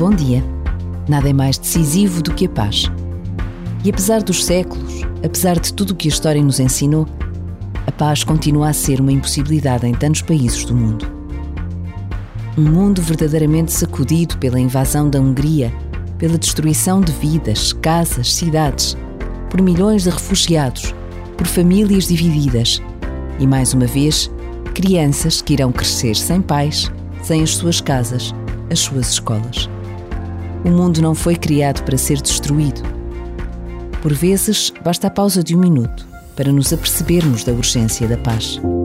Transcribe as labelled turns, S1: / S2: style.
S1: Bom dia. Nada é mais decisivo do que a paz. E apesar dos séculos, apesar de tudo o que a história nos ensinou, a paz continua a ser uma impossibilidade em tantos países do mundo. Um mundo verdadeiramente sacudido pela invasão da Hungria, pela destruição de vidas, casas, cidades, por milhões de refugiados, por famílias divididas e, mais uma vez, crianças que irão crescer sem pais, sem as suas casas, as suas escolas. O mundo não foi criado para ser destruído. Por vezes, basta a pausa de um minuto para nos apercebermos da urgência da paz.